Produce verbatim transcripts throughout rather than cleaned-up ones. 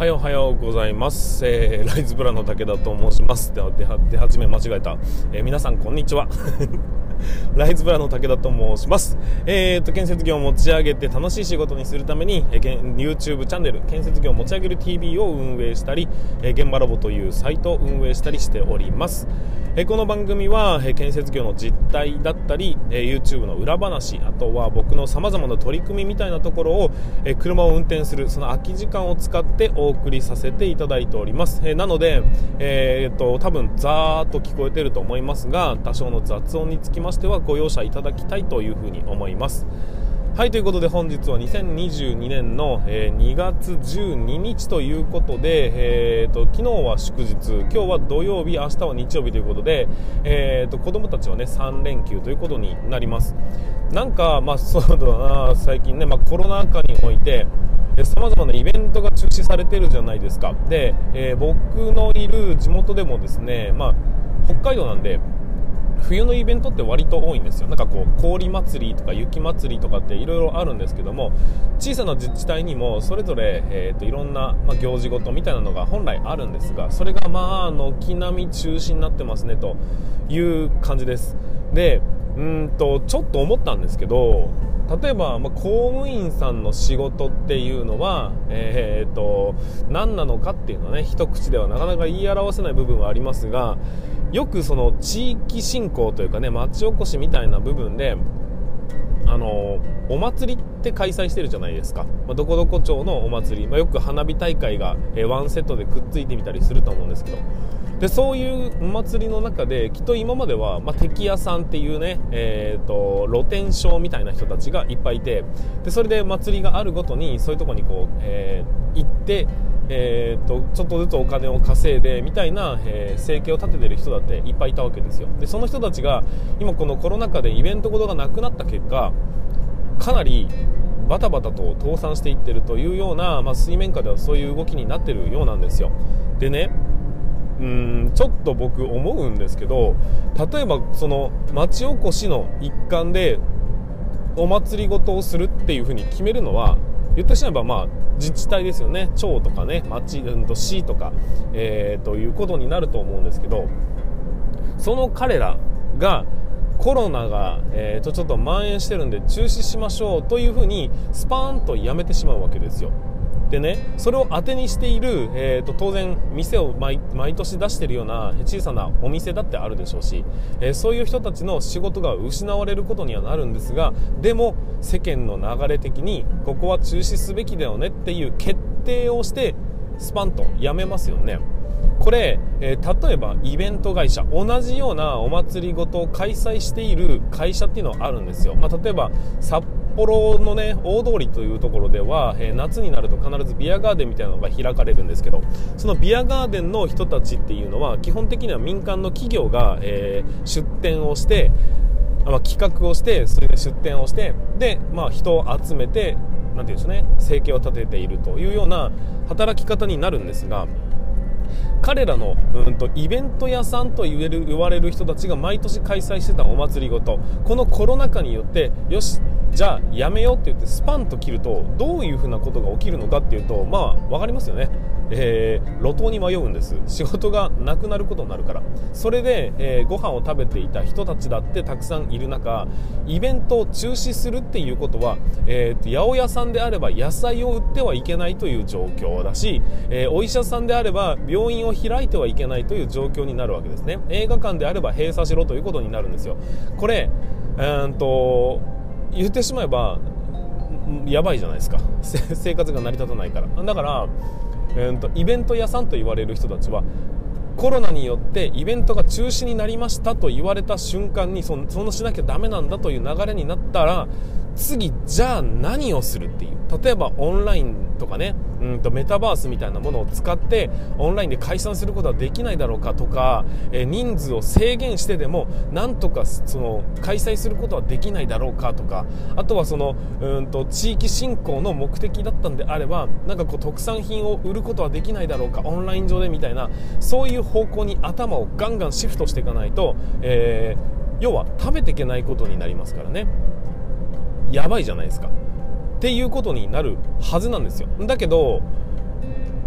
はい、おはようございます、えー、ライズブラの武田と申します。では出は出始め間違えた、えー、皆さんこんにちはライズブラの武田と申します。えーと建設業を持ち上げて楽しい仕事にするために、えー、YouTube チャンネル建設業を持ち上げる ティービー を運営したり、えー、現場ラボというサイトを運営したりしております。えー、この番組は、えー、建設業の実態だったり、えー、YouTube の裏話、あとは僕の様々な取り組みみたいなところを、えー、車を運転するその空き時間を使ってお送りさせていただいております。えー、なので、えー、と多分ザーッと聞こえていると思いますが、多少の雑音につきましてはご容赦いただきたいというふうに思います。はい、ということで本日はにせんにじゅうにねんの、えー、にがつじゅうににちということで、えー、と昨日は祝日、今日は土曜日、明日は日曜日ということで、えー、と子供たちはねさんれんきゅうということになります。なんかまあそうだな、最近ね、まあ、コロナ禍においてさまざまなイベントが中止されてるじゃないですか。で、えー、僕のいる地元でもですね、まあ、北海道なんで冬のイベントって割と多いんですよ。なんかこう氷祭りとか雪祭りとかっていろいろあるんですけども、小さな自治体にもそれぞれ、えー、といろんな、まあ、行事ごとみたいなのが本来あるんですが、それがまあ軒並み中止になってますねという感じです。で、うーんとちょっと思ったんですけど、例えば、まあ、公務員さんの仕事っていうのは、えー、と何なのかっていうのはね、一口ではなかなか言い表せない部分はありますが、よくその地域振興というかね、町おこしみたいな部分であのお祭りって開催してるじゃないですか。まあ、どこどこ町のお祭り、まあ、よく花火大会が、えー、ワンセットでくっついてみたりすると思うんですけど、でそういうお祭りの中できっと今までは、まあ、敵屋さんっていうね、えー、と露天商みたいな人たちがいっぱいいて、でそれで祭りがあるごとにそういうところにこう、えー、行って、えー、とちょっとずつお金を稼いでみたいな、えー、生計を立ててる人だっていっぱいいたわけですよ。でその人たちが今このコロナ禍でイベントごとがなくなった結果、かなりバタバタと倒産していってるというような、まあ、水面下ではそういう動きになってるようなんですよ。でね、うーんちょっと僕思うんですけど、例えばその町おこしの一環でお祭りごとをするっていう風に決めるのは、言ってしまえばまあ自治体ですよね。町とかね、町、うんと市とか、えー、ということになると思うんですけど、その彼らがコロナが、えー、とちょっと蔓延してるんで中止しましょうという風にスパーンとやめてしまうわけですよ。でね、それを当てにしている、えー、と当然店を 毎, 毎年出しているような小さなお店だってあるでしょうし、えー、そういう人たちの仕事が失われることにはなるんですが、でも世間の流れ的にここは中止すべきだよねっていう決定をしてスパンとやめますよね。これ、えー、例えばイベント会社、同じようなお祭りごとを開催している会社っていうのはあるんですよ。まあ、例えば札幌のね大通りというところでは、えー、夏になると必ずビアガーデンみたいなのが開かれるんですけど、そのビアガーデンの人たちっていうのは基本的には民間の企業が、えー、出店をして、まあ、企画をして、それで出店をしてで、まあ、人を集めてなんていうんでしょうね、生計を立てているというような働き方になるんですが、彼らのうんとイベント屋さんと言える言われる人たちが毎年開催してたお祭りごと、このコロナ禍によってよしじゃあやめようって言ってスパンと切るとどういうふうなことが起きるのかっていうと、まあ分かりますよね。えー、路頭に迷うんです。仕事がなくなることになるから。それで、えー、ご飯を食べていた人たちだってたくさんいる中、イベントを中止するっていうことは、えー、八百屋さんであれば野菜を売ってはいけないという状況だし、えー、お医者さんであれば病院を開いてはいけないという状況になるわけですね。映画館であれば閉鎖しろということになるんですよ。これ、えー、っと言ってしまえばやばいじゃないですか。生活が成り立たないから。だから、えー、とイベント屋さんと言われる人たちはコロナによってイベントが中止になりましたと言われた瞬間にその、そのしなきゃダメなんだという流れになったら、次じゃあ何をするっていう、例えばオンラインとかね、うんとメタバースみたいなものを使ってオンラインで解散することはできないだろうかとか、えー、人数を制限してでもなんとかその開催することはできないだろうかとか、あとはそのうんと地域振興の目的だったんであればなんかこう特産品を売ることはできないだろうか、オンライン上でみたいな、そういう方向に頭をガンガンシフトしていかないと、えー、要は食べていけないことになりますからね。やばいじゃないですかっていうことになるはずなんですよ。だけど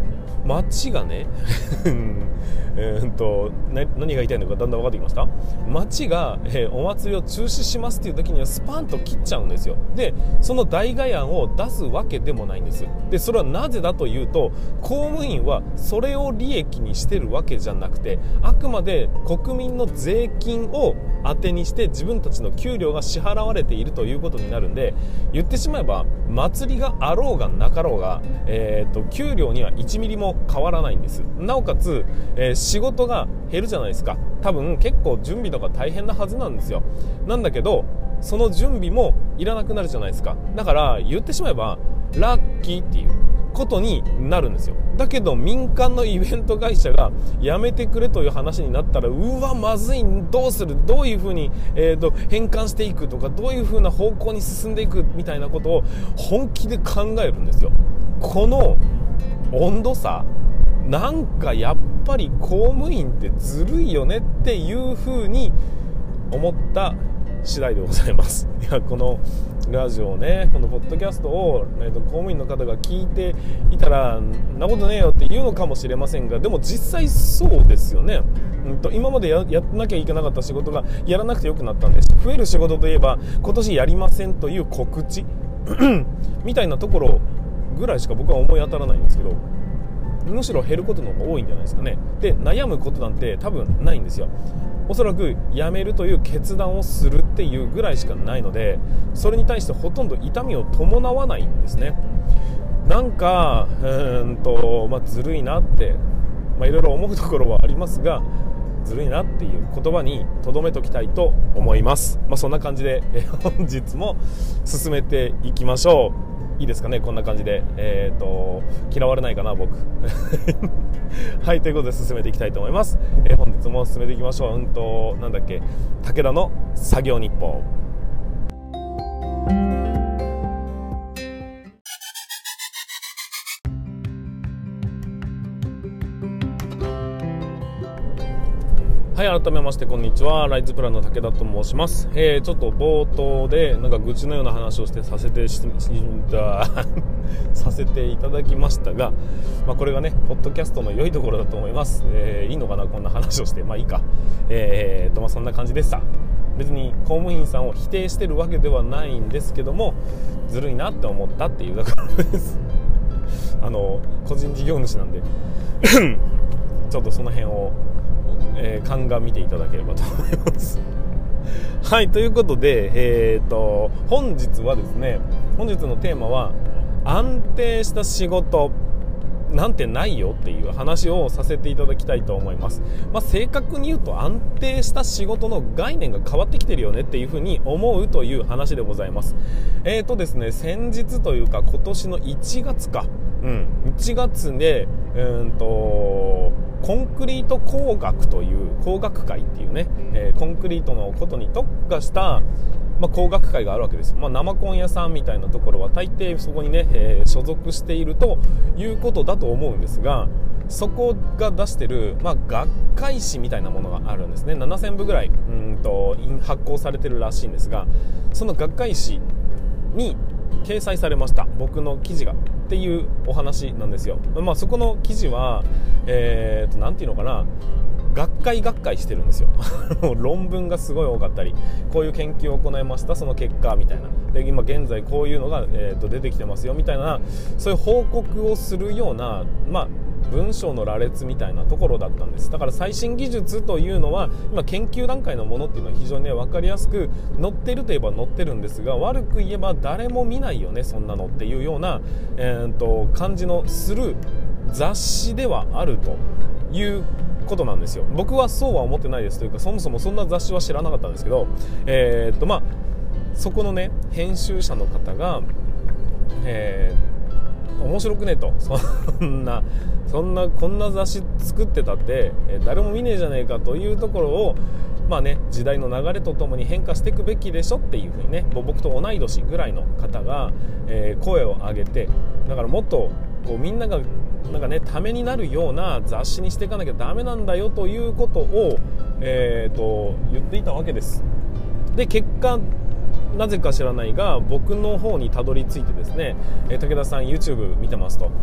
町がねえーっと何が言いたいのかだんだん分かってきました。町が、えー、お祭りを中止しますっていう時にはスパンと切っちゃうんですよ。でその代替案を出すわけでもないんです。でそれはなぜだというと、公務員はそれを利益にしてるわけじゃなくて、あくまで国民の税金を当てにして自分たちの給料が支払われているということになるんで、言ってしまえば祭りがあろうがなかろうが、えー、と給料にはいちミリも変わらないんです。なおかつ、えー、仕事が減るじゃないですか。多分結構準備とか大変なはずなんですよ。なんだけどその準備もいらなくなるじゃないですか。だから言ってしまえばラッキーっていうことになるんですよ。だけど民間のイベント会社がやめてくれという話になったら、うわまずい、どうする、どういう風に、えーと変換していくとか、どういう風な方向に進んでいくみたいなことを本気で考えるんですよ。この温度差、なんかやっぱり公務員ってずるいよねっていう風に思った次第でございます。いや、このラジオをね、このポッドキャストを、えー、と公務員の方が聞いていたら、んなことねえよって言うのかもしれませんが、でも実際そうですよね。うんと今まで や, やらなきゃいけなかった仕事がやらなくてよくなったんです。増える仕事といえば今年やりませんという告知みたいなところぐらいしか僕は思い当たらないんですけど、むしろ減ることの方が多いんじゃないですかね。で悩むことなんて多分ないんですよ。おそらく辞めるという決断をするっていうぐらいしかないので、それに対してほとんど痛みを伴わないんですね。なんかうーんと、まあ、ずるいなって、まあ、いろいろ思うところはありますが、ずるいなっていう言葉に留めときたいと思います。まあ、そんな感じで、えー、本日も進めていきましょう。いいですかね、こんな感じで、えー、と嫌われないかな僕はい、ということで進めていきたいと思います。えー、本日も進めていきましょう。うんとなんだっけ、武田の作業日報。はい、改めましてこんにちは。ライズプランの武田と申します。えー、ちょっと冒頭でなんか愚痴のような話をしてさせてしさせていただきましたが、まあ、これがねポッドキャストの良いところだと思います。えー、いいのかなこんな話をして。まあいいか。えーとまあそんな感じでした。別に公務員さんを否定してるわけではないんですけども、ずるいなって思ったっていうだからですあの個人事業主なんでちょっとその辺をえー、鑑みていただければと思いますはい、ということで、えー、と本日はですね、本日のテーマは安定した仕事なんてないよっていう話をさせていただきたいと思います。まあ、正確に言うと安定した仕事の概念が変わってきてるよねっていうふうに思うという話でございます。えーとですね、先日というか今年のいちがつか、うん、いちがつでうーんとコンクリート工学という工学会っていうね、えー、コンクリートのことに特化したまあ、工学会があるわけです。まあ、生コン屋さんみたいなところは大抵そこにね、えー、所属しているということだと思うんですが、そこが出してる、まあ、学会誌みたいなものがあるんですね。ななせんぶぐらいうんと発行されてるらしいんですが、その学会誌に掲載されました僕の記事がっていうお話なんですよ。まあ、そこの記事は、えー、となんていうのかな、学会学会してるんですよ論文がすごい多かったり、こういう研究を行いました、その結果みたいなで、今現在こういうのが、えー、と出てきてますよみたいな、そういう報告をするような、まあ文章の羅列みたいなところだったんです。だから最新技術というのは今研究段階のものっていうのは非常にね分かりやすく載ってるといえば載ってるんですが、悪く言えば誰も見ないよねそんなのっていうような、えー、と感じのする雑誌ではあるということなんですよ。僕はそうは思ってないですというか、そもそもそんな雑誌は知らなかったんですけど、えー、っとまあそこのね編集者の方が、えー、面白くねえと、そんなそんなこんな雑誌作ってたって、えー、誰も見ねえじゃねえかというところを、まあね、時代の流れとともに変化していくべきでしょっていうふうにね、僕と同い年ぐらいの方が、えー、声を上げて、だからもっとこうみんながなんかね、ためになるような雑誌にしていかなきゃダメなんだよということを、えー、と言っていたわけです。で結果なぜか知らないが僕の方にたどり着いてですね、えー、武田さん YouTube 見てますと、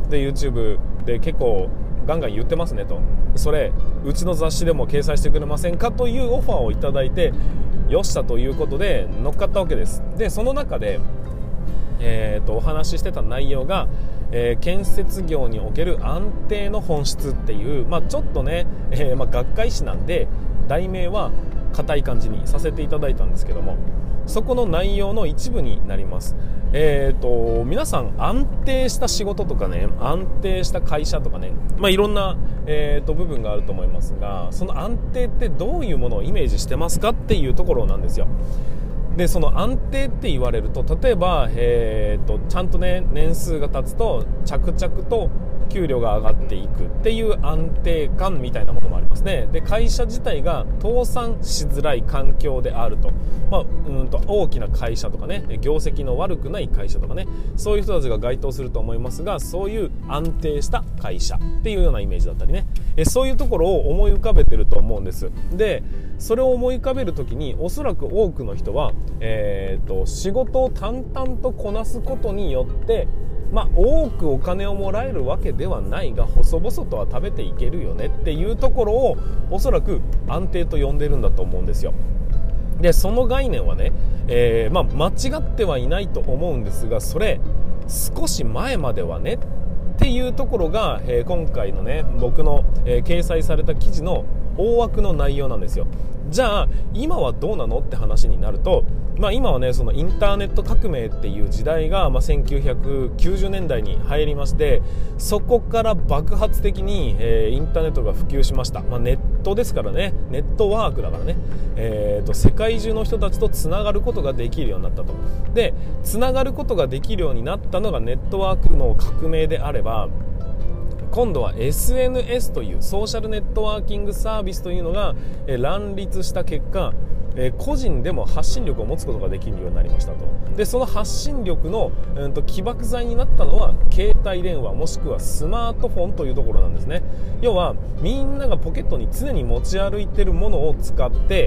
で YouTube で結構ガンガン言ってますねと、それうちの雑誌でも掲載してくれませんかというオファーをいただいて、よっしゃということで乗っかったわけです。でその中で、えー、とお話ししてた内容が、えー、建設業における安定の本質っていう、まあ、ちょっとね、えーまあ、学会誌なんで題名は硬い感じにさせていただいたんですけども、そこの内容の一部になります。えーと皆さん安定した仕事とかね、安定した会社とかね、まあ、いろんな、えーと部分があると思いますが、その安定ってどういうものをイメージしてますかっていうところなんですよ。でその安定って言われると、例えば、えーとちゃんとね年数が経つと着々と給料が上がっていくっていう安定感みたいなものもありますね。で会社自体が倒産しづらい環境であると、まあ、うんと大きな会社とかね、業績の悪くない会社とかね、そういう人たちが該当すると思いますが、そういう安定した会社っていうようなイメージだったりね、えそういうところを思い浮かべてると思うんです。でそれを思い浮かべるときに、おそらく多くの人は、えーと仕事を淡々とこなすことによってまあ、多くお金をもらえるわけではないが、細々とは食べていけるよねっていうところをおそらく安定と呼んでるんだと思うんですよ。でその概念はね、えーまあ、間違ってはいないと思うんですが、それ少し前まではねっていうところが、えー、今回のね僕の、えー、掲載された記事の大枠の内容なんですよ。じゃあ今はどうなのって話になると、まあ、今はねそのインターネット革命っていう時代が、まあ、せんきゅうひゃくきゅうじゅうねんだいに入りまして、そこから爆発的に、えー、インターネットが普及しました。まあ、ネットですからね、ネットワークだからね、えーと、世界中の人たちとつながることができるようになったと。でつながることができるようになったのがネットワークの革命であれば、今度は エスエヌエス というソーシャルネットワーキングサービスというのが、えー、乱立した結果、えー、個人でも発信力を持つことができるようになりましたと。でその発信力の、うん、と起爆剤になったのは携帯電話もしくはスマートフォンというところなんですね。要はみんながポケットに常に持ち歩いているものを使って、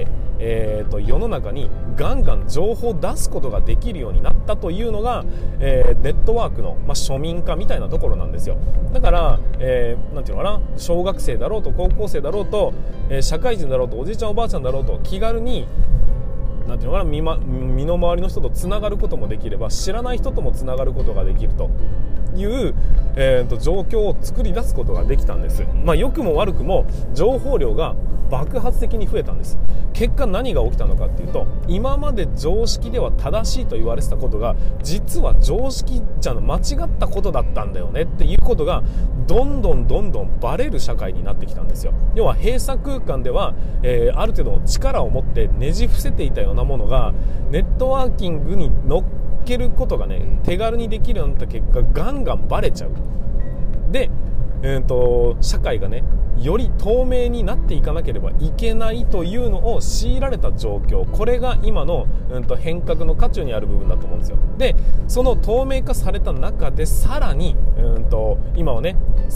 えー、と世の中にガンガン情報を出すことができるようになったというのが、えー、ネットワークの、まあ、庶民化みたいなところなんですよ。だから、えー、なんていうのかな、小学生だろうと高校生だろうと、えー、社会人だろうとおじいちゃんおばあちゃんだろうと気軽になんていうのかな、身ま、身の回りの人とつながることもできれば、知らない人ともつながることができるという、えー、と状況を作り出すことができたんです。まあ、良くも悪くも情報量が爆発的に増えたんです。結果何が起きたのかっていうと、今まで常識では正しいと言われてたことが実は常識じゃ間違ったことだったんだよねっていうことがどんどんどんどんバレる社会になってきたんですよ。要は閉鎖空間では、えー、ある程度の力を持ってねじ伏せていたようなものがネットワーキングに乗っけることがね手軽にできるようになった結果、ガンガンバレちゃう。でえー、と社会がねより透明になっていかなければいけないというのを強いられた状況、これが今の、うん、と変革の渦中にある部分だと思うんですよ。でその透明化された中でさらに、うん、と今はね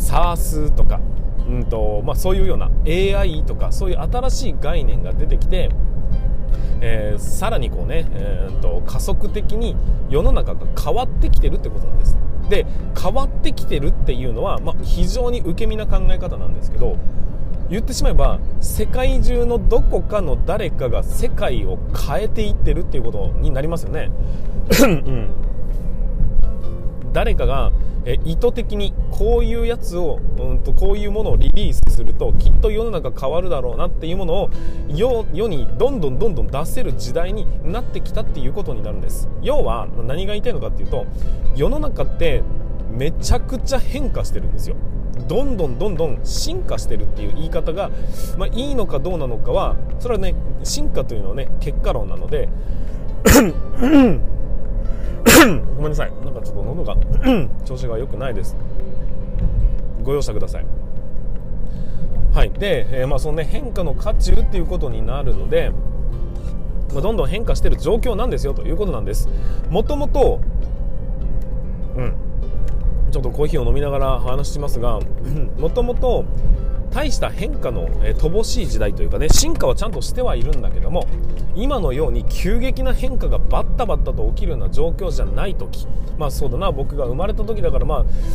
SaaS とか、うんとまあ、そういうような エーアイ とかそういう新しい概念が出てきて、えー、さらにこうね、えー、と加速的に世の中が変わってきてるってことなんです。で変わってきてるっていうのは、まあ、非常に受け身な考え方なんですけど、言ってしまえば世界中のどこかの誰かが世界を変えていってるっていうことになりますよね、うん、誰かがえ意図的にこういうやつを、うん、とこういうものをリリースするときっと世の中変わるだろうなっていうものを 世, 世にどんどんどんどん出せる時代になってきたっていうことになるんです。要は何が言いたいのかっていうと、世の中ってめちゃくちゃ変化してるんですよ。どんどんどんどん進化してるっていう言い方が、まあ、いいのかどうなのかはそれはね進化というのはね結果論なのでごめんなさい、なんかちょっと喉が調子が良くないです。ご容赦ください。はい。で、えー、まあそのね変化の渦中っていうことになるので、まあ、どんどん変化している状況なんですよということなんです。もともとうんちょっとコーヒーを飲みながら話しますが、もともと大した変化の、えー、乏しい時代というかね、進化はちゃんとしてはいるんだけども、今のように急激な変化がバッタバッタと起きるような状況じゃない時、まあそうだな、僕が生まれた時だから、まあ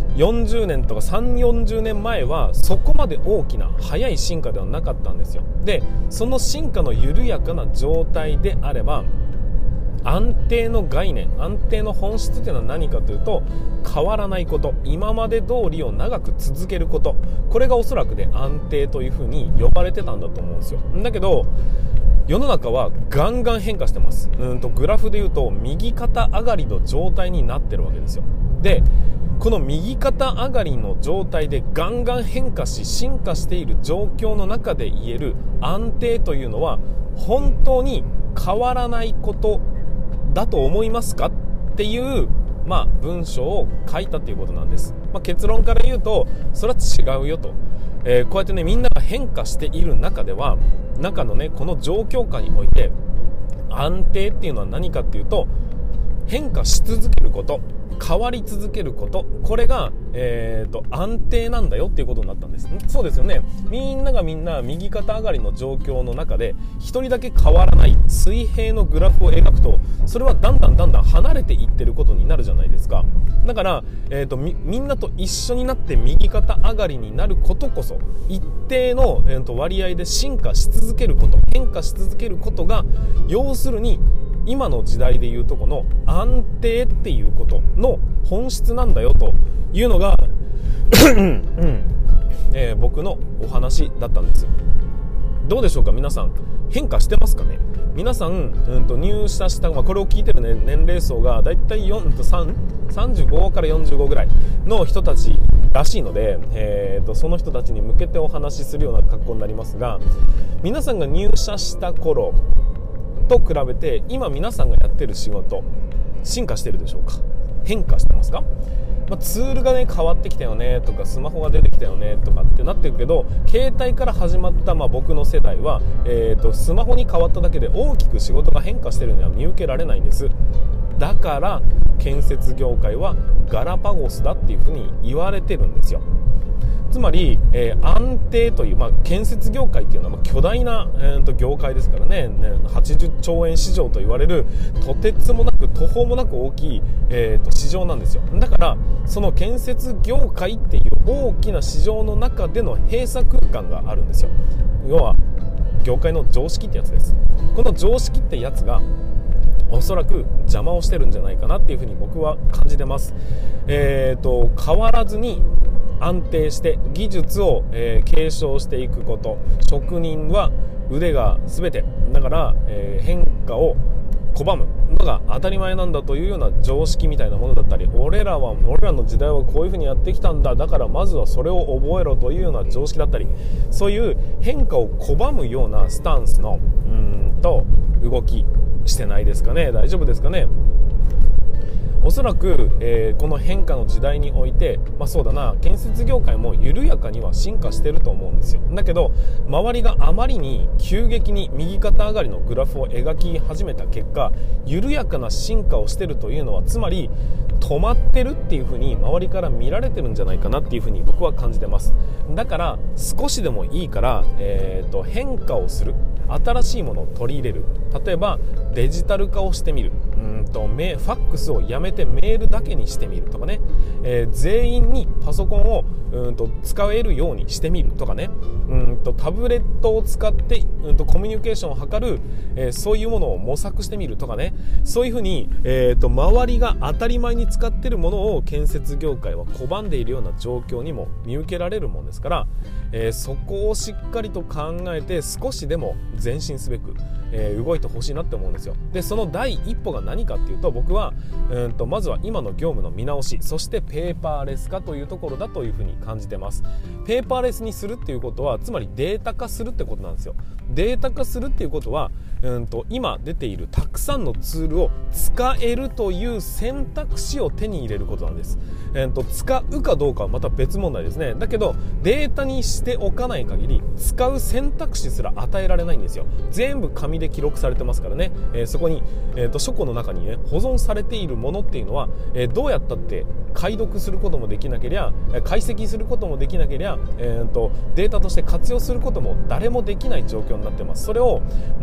よんじゅうねんとかさんじゅう、よんじゅうねんまえはそこまで大きな速い進化ではなかったんですよ。でその進化の緩やかな状態であれば、安定の概念、安定の本質というのは何かというと、変わらないこと、今まで通りを長く続けること、これがおそらくで安定というふうに呼ばれてたんだと思うんですよ。だけど世の中はガンガン変化してます。うんとグラフで言うと右肩上がりの状態になってるわけですよ。でこの右肩上がりの状態でガンガン変化し進化している状況の中で言える安定というのは、本当に変わらないことだと思いますかっていう、まあ、文章を書いたということなんです。まあ、結論から言うとそれは違うよと、えー、こうやってねみんなが変化している中では、中のねこの状況下において安定っていうのは何かっていうと、変化し続けること、変わり続けること、これが、えーと、安定なんだよっていうことになったんです。そうですよね。みんながみんな右肩上がりの状況の中で一人だけ変わらない水平のグラフを描くと、それはだんだんだんだん離れていってることになるじゃないですか。だから、えーと、み, みんなと一緒になって右肩上がりになることこそ、一定の、えーと、割合で進化し続けること、変化し続けることが、要するに今の時代でいうとこの安定っていうことの本質なんだよというのが、うんえー、僕のお話だったんです。どうでしょうか、皆さん変化してますかね。皆さん、うん、と入社した、まあ、これを聞いてる、ね、年齢層がだいたいさんじゅうごからよんじゅうごぐらいの人たちらしいので、えー、とその人たちに向けてお話しするような格好になりますが、皆さんが入社した頃と比べて今皆さんがやってる仕事進化してるでしょうか。変化してますか。まあ、ツールがね変わってきたよねとか、スマホが出てきたよねとかってなってるけど、携帯から始まった、まあ、僕の世代は、えーと、スマホに変わっただけで大きく仕事が変化してるのは見受けられないんです。だから建設業界はガラパゴスだっていうふうに言われてるんですよ。つまり、えー、安定という、まあ、建設業界っていうのは、まあ、巨大な、えー、と業界ですから ね, ねはちじゅっちょうえん市場と言われる、とてつもなく途方もなく大きい、えー、と市場なんですよ。だからその建設業界っていう大きな市場の中での閉鎖空間があるんですよ。要は業界の常識ってやつです。この常識ってやつがおそらく邪魔をしてるんじゃないかなっていうふうに僕は感じてます。えー、と変わらずに安定して技術を、えー、継承していくこと、職人は腕が全てだから、えー、変化を拒むのが当たり前なんだというような常識みたいなものだったり、俺らは俺らの時代はこういうふうにやってきたんだ、だからまずはそれを覚えろというような常識だったり、そういう変化を拒むようなスタンスのうーんと動きしてないですかね。大丈夫ですかね。おそらく、えー、この変化の時代において、まあ、そうだな、建設業界も緩やかには進化してると思うんですよ。だけど周りがあまりに急激に右肩上がりのグラフを描き始めた結果、緩やかな進化をしてるというのは、つまり止まってるっていう風に周りから見られてるんじゃないかなっていう風に僕は感じてます。だから少しでもいいから、えー、と変化をする、新しいものを取り入れる。例えばデジタル化をしてみる、うんとメファックスをやめてメールだけにしてみるとかね、えー、全員にパソコンをうんと使えるようにしてみるとかね、うんとタブレットを使ってうんとコミュニケーションを図る、えー、そういうものを模索してみるとかね、そういうふうに、えー、と周りが当たり前に使っているものを建設業界は拒んでいるような状況にも見受けられるものですから、えー、そこをしっかりと考えて少しでも前進すべく、えー、動いてほしいなって思うんですよ。でその第一歩が何かっていうと、僕はうんとまずは今の業務の見直し、そしてペーパーレス化というところだというふうに感じてます。ペーパーレスにするっていうことは、つまりデータ化するってことなんですよ。データ化するっていうことは、うんと今出ているたくさんのツールを使えるという選択肢を手に入れることなんです。えー、と使うかどうかはまた別問題ですね。だけどデータにしておかない限り使う選択肢すら与えられないんですよ。全部紙で記録されてますからね、えー、そこに、えー、と書庫の中にね保存されているものっていうのは、えー、どうやったって解読することもできなければ、解析することもできなければ、えー、とデータとして活用することも誰もできない状況になってます。それをまずは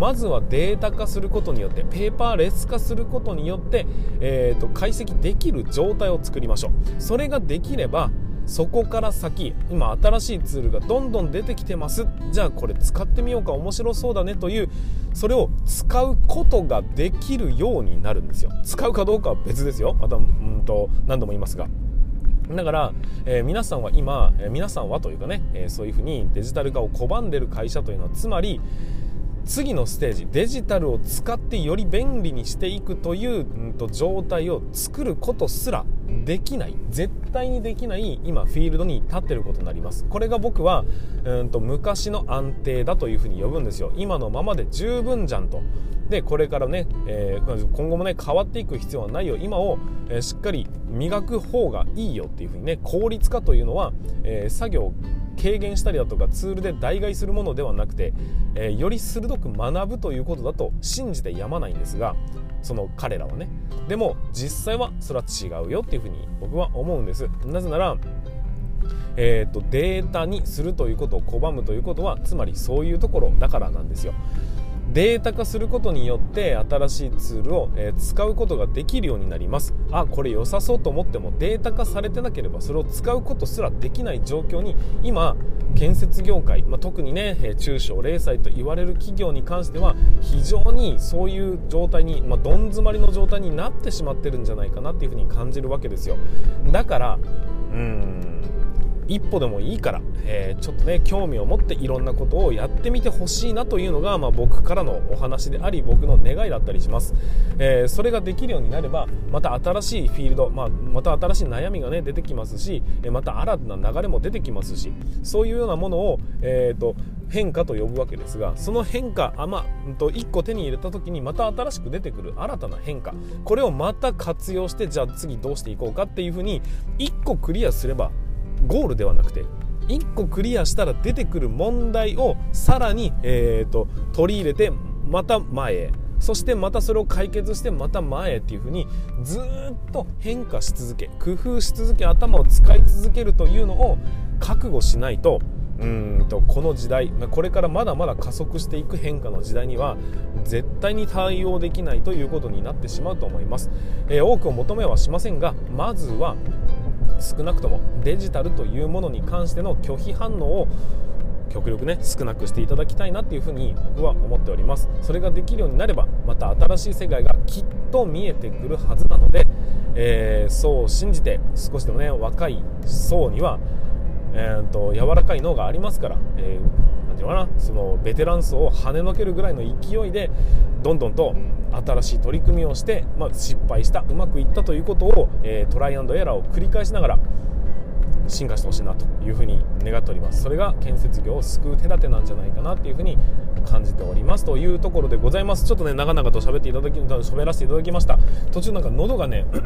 データ化することによって、ペーパーレス化することによって、えーと、解析できる状態を作りましょう。それができれば、そこから先、今新しいツールがどんどん出てきてます。じゃあこれ使ってみようか、面白そうだねという、それを使うことができるようになるんですよ。使うかどうかは別ですよ。またうんと何度も言いますが。だから、えー、皆さんは今、えー、皆さんはというかね、えー、そういうふうにデジタル化を拒んでる会社というのは、つまり次のステージ、デジタルを使ってより便利にしていくという、うんと、状態を作ることすらできない、絶対にできない今フィールドに立ってることになります。これが僕はうんと昔の安定だというふうに呼ぶんですよ。今のままで十分じゃんと。でこれからね、えー、今後もね変わっていく必要はないよ、今を、えー、しっかり磨く方がいいよっていうふうにね、効率化というのは、えー、作業を軽減したりだとかツールで代替するものではなくて、えー、より鋭く学ぶということだと信じてやまないんですが、その彼らはね、でも実際はそれは違うよっていうふうに僕は思うんです。なぜならえーと、データにするということを拒むということは、つまりそういうところだからなんですよ。データ化することによって新しいツールを、えー、使うことができるようになります。あ、これ良さそうと思ってもデータ化されてなければそれを使うことすらできない状況に今建設業界、まあ、特にね、えー、中小零細と言われる企業に関しては非常にそういう状態に、まあ、どん詰まりの状態になってしまってるんじゃないかなっていうふうに感じるわけですよ。だからうーん一歩でもいいから、えー、ちょっとね興味を持っていろんなことをやってみてほしいなというのが、まあ、僕からのお話であり、僕の願いだったりします。えー、それができるようになれば、また新しいフィールド、まあ、また新しい悩みがね出てきますし、また新たな流れも出てきますし、そういうようなものを、えーと変化と呼ぶわけですが、その変化、あ、まあ、うんといっこ手に入れた時にまた新しく出てくる新たな変化、これをまた活用して、じゃあ次どうしていこうかっていうふうにいっこクリアすればゴールではなくて、いっこクリアしたら出てくる問題をさらに、えーと、取り入れてまた前へ、そしてまたそれを解決してまた前へっていう風にずーっと変化し続け、工夫し続け、頭を使い続けるというのを覚悟しないと、うーんとこの時代、これからまだまだ加速していく変化の時代には絶対に対応できないということになってしまうと思います。えー、多くを求めはしませんが、まずは少なくともデジタルというものに関しての拒否反応を極力ね少なくしていただきたいなっていうふうに僕は思っております。それができるようになれば、また新しい世界がきっと見えてくるはずなので、えー、そう信じて、少しでもね若い層には、えー、と柔らかい脳がありますから、えー、なんていうのかな、そのベテラン層を跳ねのけるぐらいの勢いでどんどんと新しい取り組みをして、まあ、失敗した、うまくいったということを、えー、トライアンドエラーを繰り返しながら進化してほしいなというふうに願っております。それが建設業を救う手立てなんじゃないかなというふうに感じておりますというところでございます。ちょっとね長々と喋っていただき喋らせていただきました。途中なんか喉がね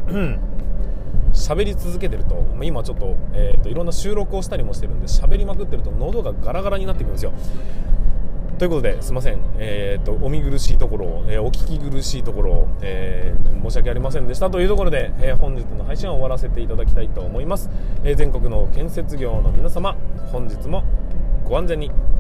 喋り続けてると、今ちょっと、えー、といろんな収録をしたりもしてるんで、喋りまくってると喉がガラガラになってくるんですよ。ということですいません、えー、とお見苦しいところを、えー、お聞き苦しいところを、えー、申し訳ありませんでしたというところで、えー、本日の配信は終わらせていただきたいと思います。えー、全国の建設業の皆様、本日もご安全に。